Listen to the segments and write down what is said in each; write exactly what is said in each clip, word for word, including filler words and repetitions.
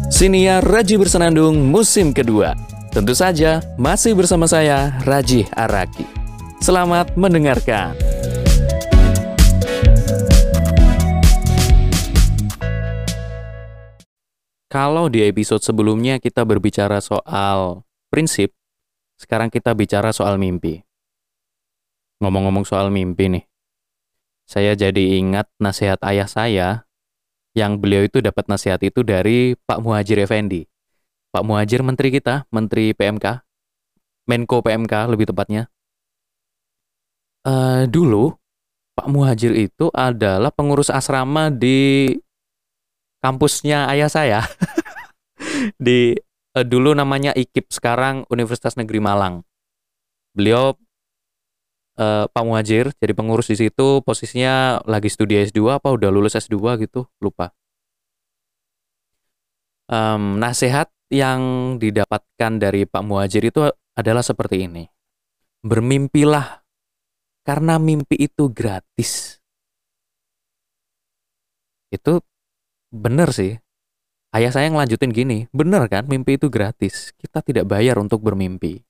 Siniar Raji Bersenandung musim kedua. Tentu saja masih bersama saya, Raji Araki. Selamat mendengarkan. Kalau di episode sebelumnya kita berbicara soal prinsip, sekarang kita bicara soal mimpi. Ngomong-ngomong soal mimpi nih, saya jadi ingat nasihat ayah saya yang beliau itu dapat nasihat itu dari Pak Muhadjir Effendi. Pak Muhadjir menteri kita, menteri P M K, Menko P M K lebih tepatnya. Uh, dulu Pak Muhadjir itu adalah pengurus asrama di kampusnya ayah saya. di uh, dulu namanya I K I P, sekarang Universitas Negeri Malang. Beliau uh, Pak Muhadjir jadi pengurus di situ, posisinya lagi studi S dua apa udah lulus S dua gitu, lupa. Um, nasihat yang didapatkan dari Pak Muhadjir itu adalah seperti ini. Bermimpilah, karena mimpi itu gratis. Itu benar sih. Ayah saya ngelanjutin gini, benar kan, mimpi itu gratis. Kita tidak bayar untuk bermimpi.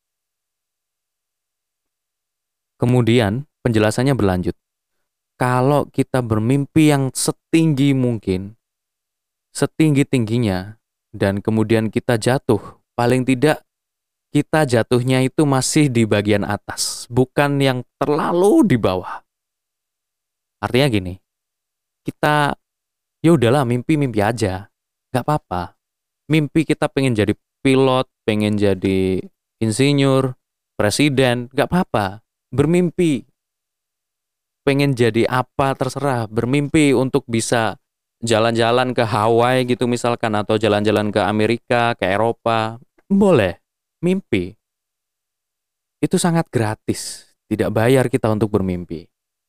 Kemudian penjelasannya berlanjut. Kalau kita bermimpi yang setinggi mungkin, setinggi-tingginya, dan kemudian kita jatuh, paling tidak kita jatuhnya itu masih di bagian atas, bukan yang terlalu di bawah. Artinya gini, kita ya udahlah mimpi-mimpi aja, nggak apa-apa. Mimpi kita pengen jadi pilot, pengen jadi insinyur, presiden, nggak apa-apa. Bermimpi, pengen jadi apa terserah. Bermimpi untuk bisa jalan-jalan ke Hawaii gitu misalkan, atau jalan-jalan ke Amerika, ke Eropa, boleh. Mimpi itu sangat gratis, tidak bayar kita untuk bermimpi.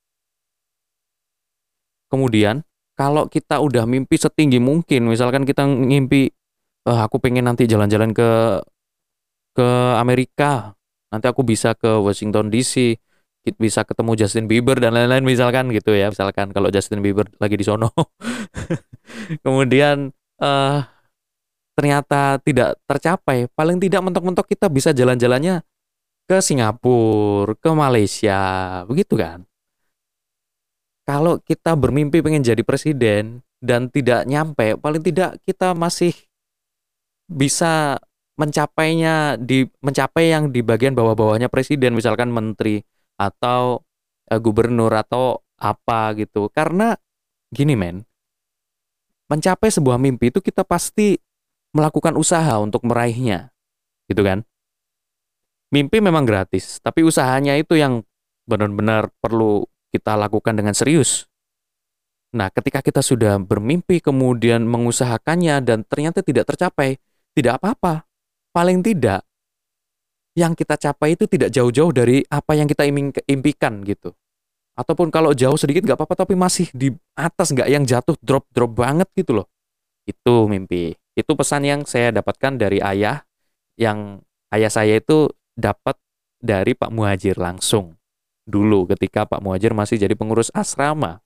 Kemudian kalau kita udah mimpi setinggi mungkin, misalkan kita ngimpi, oh, aku pengen nanti jalan-jalan ke ke Amerika, nanti aku bisa ke Washington D C, bisa ketemu Justin Bieber dan lain-lain misalkan gitu ya, misalkan kalau Justin Bieber lagi di sono. Kemudian uh, ternyata tidak tercapai, paling tidak mentok-mentok kita bisa jalan-jalannya ke Singapura, ke Malaysia, begitu kan? Kalau kita bermimpi pengen jadi presiden dan tidak nyampe, paling tidak kita masih bisa mencapainya di mencapai yang di bagian bawah-bawahnya presiden, misalkan menteri atau uh, gubernur atau apa gitu. Karena gini men, mencapai sebuah mimpi itu kita pasti melakukan usaha untuk meraihnya, gitu kan? Mimpi memang gratis, tapi usahanya itu yang benar-benar perlu kita lakukan dengan serius. Nah, ketika kita sudah bermimpi kemudian mengusahakannya dan ternyata tidak tercapai, tidak apa-apa. Paling tidak yang kita capai itu tidak jauh-jauh dari apa yang kita impikan gitu. Ataupun kalau jauh sedikit nggak apa-apa, tapi masih di atas, nggak yang jatuh drop-drop banget gitu loh. Itu mimpi. Itu pesan yang saya dapatkan dari ayah, yang ayah saya itu dapat dari Pak Muhadjir langsung. Dulu ketika Pak Muhadjir masih jadi pengurus asrama.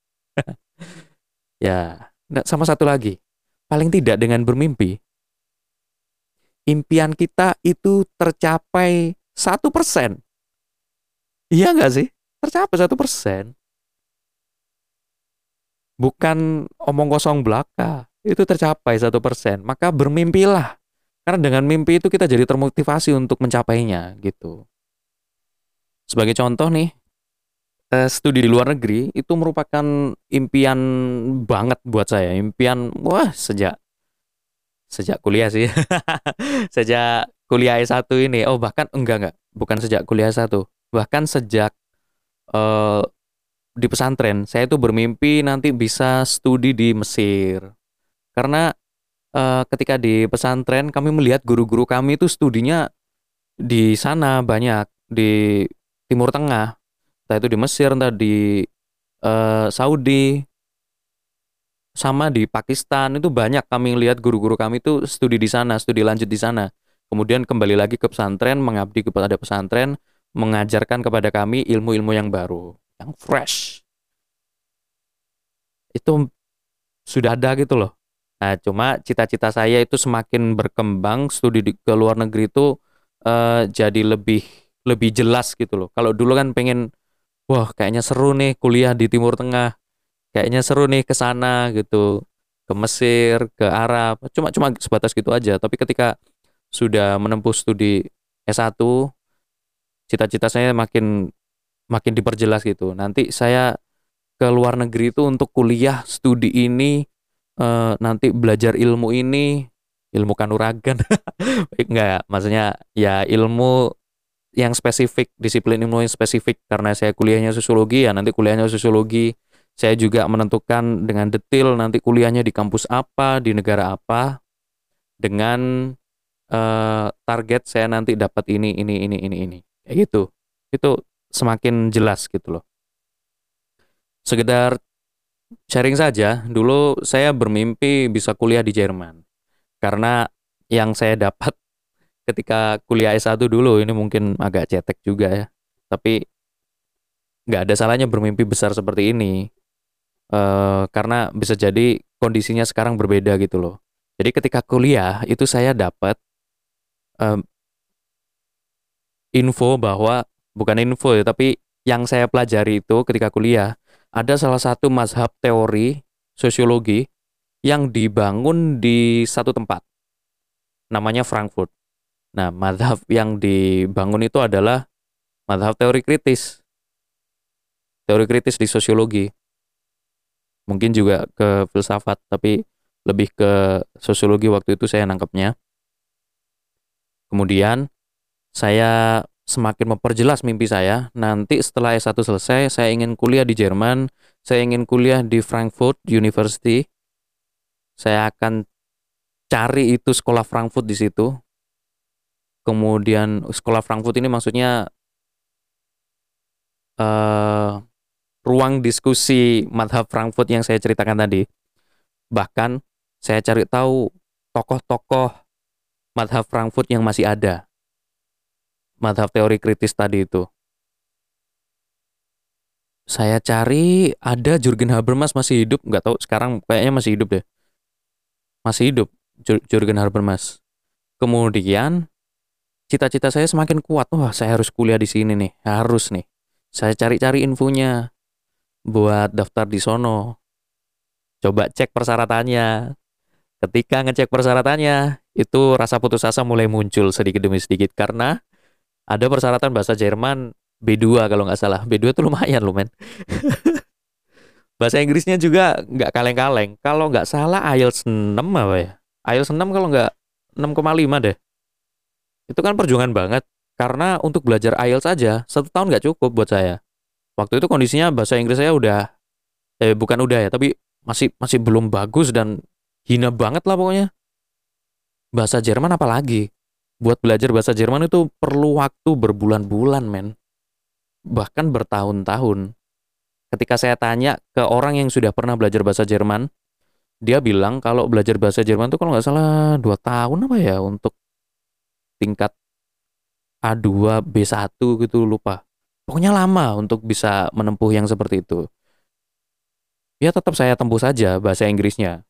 Ya, sama satu lagi. Paling tidak dengan bermimpi, impian kita itu tercapai satu persen. Iya nggak sih? Tercapai satu persen. Bukan omong kosong belaka. Itu tercapai satu persen, maka bermimpilah. Karena dengan mimpi itu kita jadi termotivasi untuk mencapainya, gitu. Sebagai contoh nih, studi di luar negeri itu merupakan impian banget buat saya. Impian, wah, sejak sejak kuliah sih. Sejak kuliah S satu ini. Oh, bahkan, enggak, enggak. Bukan sejak kuliah S satu. Bahkan sejak uh, di pesantren, saya itu bermimpi nanti bisa studi di Mesir. Karena uh, ketika di pesantren kami melihat guru-guru kami itu studinya di sana banyak, di Timur Tengah, entah itu di Mesir, entah di uh, Saudi, sama di Pakistan, itu banyak kami lihat guru-guru kami itu studi di sana, studi lanjut di sana. Kemudian kembali lagi ke pesantren, mengabdi kepada pesantren, mengajarkan kepada kami ilmu-ilmu yang baru, yang fresh. Itu sudah ada gitu loh. Nah, cuma cita-cita saya itu semakin berkembang, studi di ke luar negeri itu eh, jadi lebih lebih jelas gitu loh. Kalau dulu kan pengen, wah kayaknya seru nih kuliah di Timur Tengah, kayaknya seru nih ke sana gitu, ke Mesir, ke Arab. Cuma cuma sebatas gitu aja. Tapi ketika sudah menempuh studi S satu, cita-cita saya makin makin diperjelas gitu. Nanti saya ke luar negeri itu untuk kuliah studi ini, eh, nanti belajar ilmu ini, ilmu kanuragan. Enggak, maksudnya ya ilmu yang spesifik, disiplin ilmu yang spesifik. Karena saya kuliahnya sosiologi, ya nanti kuliahnya sosiologi. Saya juga menentukan dengan detail nanti kuliahnya di kampus apa, di negara apa, dengan eh, target saya nanti dapat ini, ini, ini, ini, ini. Kayak gitu. Itu semakin jelas gitu loh. Sekedar sharing saja, dulu saya bermimpi bisa kuliah di Jerman. Karena yang saya dapat ketika kuliah S satu dulu, ini mungkin agak cetek juga ya. Tapi nggak ada salahnya bermimpi besar seperti ini. Eh, karena bisa jadi kondisinya sekarang berbeda gitu loh. Jadi ketika kuliah itu saya dapat em, info bahwa, bukan info ya, tapi yang saya pelajari itu ketika kuliah, ada salah satu mazhab teori sosiologi yang dibangun di satu tempat, namanya Frankfurt. Nah, mazhab yang dibangun itu adalah mazhab teori kritis, teori kritis di sosiologi, mungkin juga ke filsafat, tapi lebih ke sosiologi waktu itu saya nangkepnya. Kemudian saya semakin memperjelas mimpi saya. Nanti setelah S satu selesai, saya ingin kuliah di Jerman, saya ingin kuliah di Frankfurt University. Saya akan cari itu sekolah Frankfurt di situ. Kemudian sekolah Frankfurt ini maksudnya eh, ruang diskusi madhab Frankfurt yang saya ceritakan tadi. Bahkan saya cari tahu tokoh-tokoh madhab Frankfurt yang masih ada. Madhab teori kritis tadi itu. Saya cari ada Jürgen Habermas masih hidup, nggak tahu sekarang kayaknya masih hidup deh. Masih hidup Jürgen Habermas. Kemudian cita-cita saya semakin kuat. Wah, saya harus kuliah di sini nih, harus nih. Saya cari-cari infonya buat daftar di sono. Coba cek persyaratannya. Ketika ngecek persyaratannya, itu rasa putus asa mulai muncul sedikit demi sedikit karena ada persyaratan bahasa Jerman B dua kalau nggak salah. B dua itu lumayan loh men. Bahasa Inggrisnya juga nggak kaleng-kaleng. Kalau nggak salah I E L T S enam apa ya? I E L T S enam kalau nggak enam koma lima deh. Itu kan perjuangan banget. Karena untuk belajar I E L T S aja, satu tahun nggak cukup buat saya. Waktu itu kondisinya bahasa Inggris saya udah, eh bukan udah ya, tapi masih masih belum bagus dan hina banget lah pokoknya. Bahasa Jerman apalagi. Buat belajar bahasa Jerman itu perlu waktu berbulan-bulan men. Bahkan bertahun-tahun. Ketika saya tanya ke orang yang sudah pernah belajar bahasa Jerman, dia bilang kalau belajar bahasa Jerman itu kalau nggak salah dua tahun apa ya untuk tingkat A dua, B satu gitu lupa. Pokoknya lama untuk bisa menempuh yang seperti itu. Ya tetap saya tempuh saja bahasa Inggrisnya.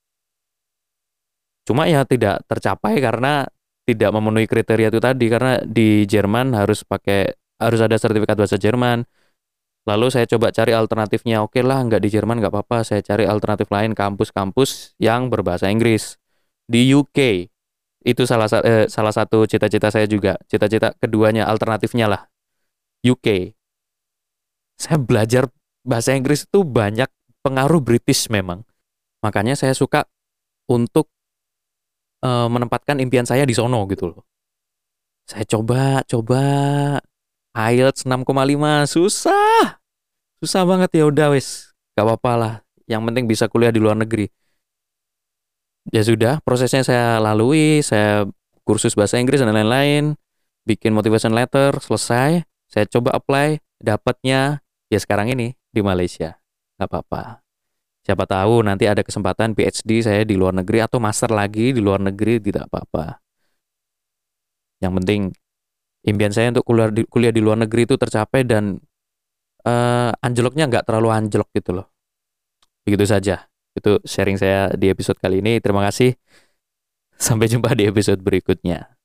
Cuma ya tidak tercapai karena tidak memenuhi kriteria itu tadi. Karena di Jerman harus pakai, harus ada sertifikat bahasa Jerman. Lalu saya coba cari alternatifnya. Oke lah, nggak di Jerman nggak apa-apa. Saya cari alternatif lain, kampus-kampus yang berbahasa Inggris. Di U K, itu salah, sa- eh, salah satu cita-cita saya juga. Cita-cita keduanya, alternatifnya lah. U K. Saya belajar bahasa Inggris itu banyak pengaruh British memang. Makanya saya suka untuk eh, menempatkan impian saya di sono gitu loh. Saya coba, coba I E L T S enam koma lima susah. Susah banget ya udah wes. Gak apa-apa lah. Yang penting bisa kuliah di luar negeri. Ya sudah, prosesnya saya lalui, saya kursus bahasa Inggris dan lain-lain, bikin motivation letter, selesai, saya coba apply, dapatnya ya sekarang ini di Malaysia. Gak apa-apa. Siapa tahu nanti ada kesempatan P H D saya di luar negeri atau master lagi di luar negeri, tidak apa-apa. Yang penting impian saya untuk kuliah di, kuliah di luar negeri itu tercapai dan eh, anjloknya nggak terlalu anjlok gitu loh. Begitu saja. Itu sharing saya di episode kali ini. Terima kasih. Sampai jumpa di episode berikutnya.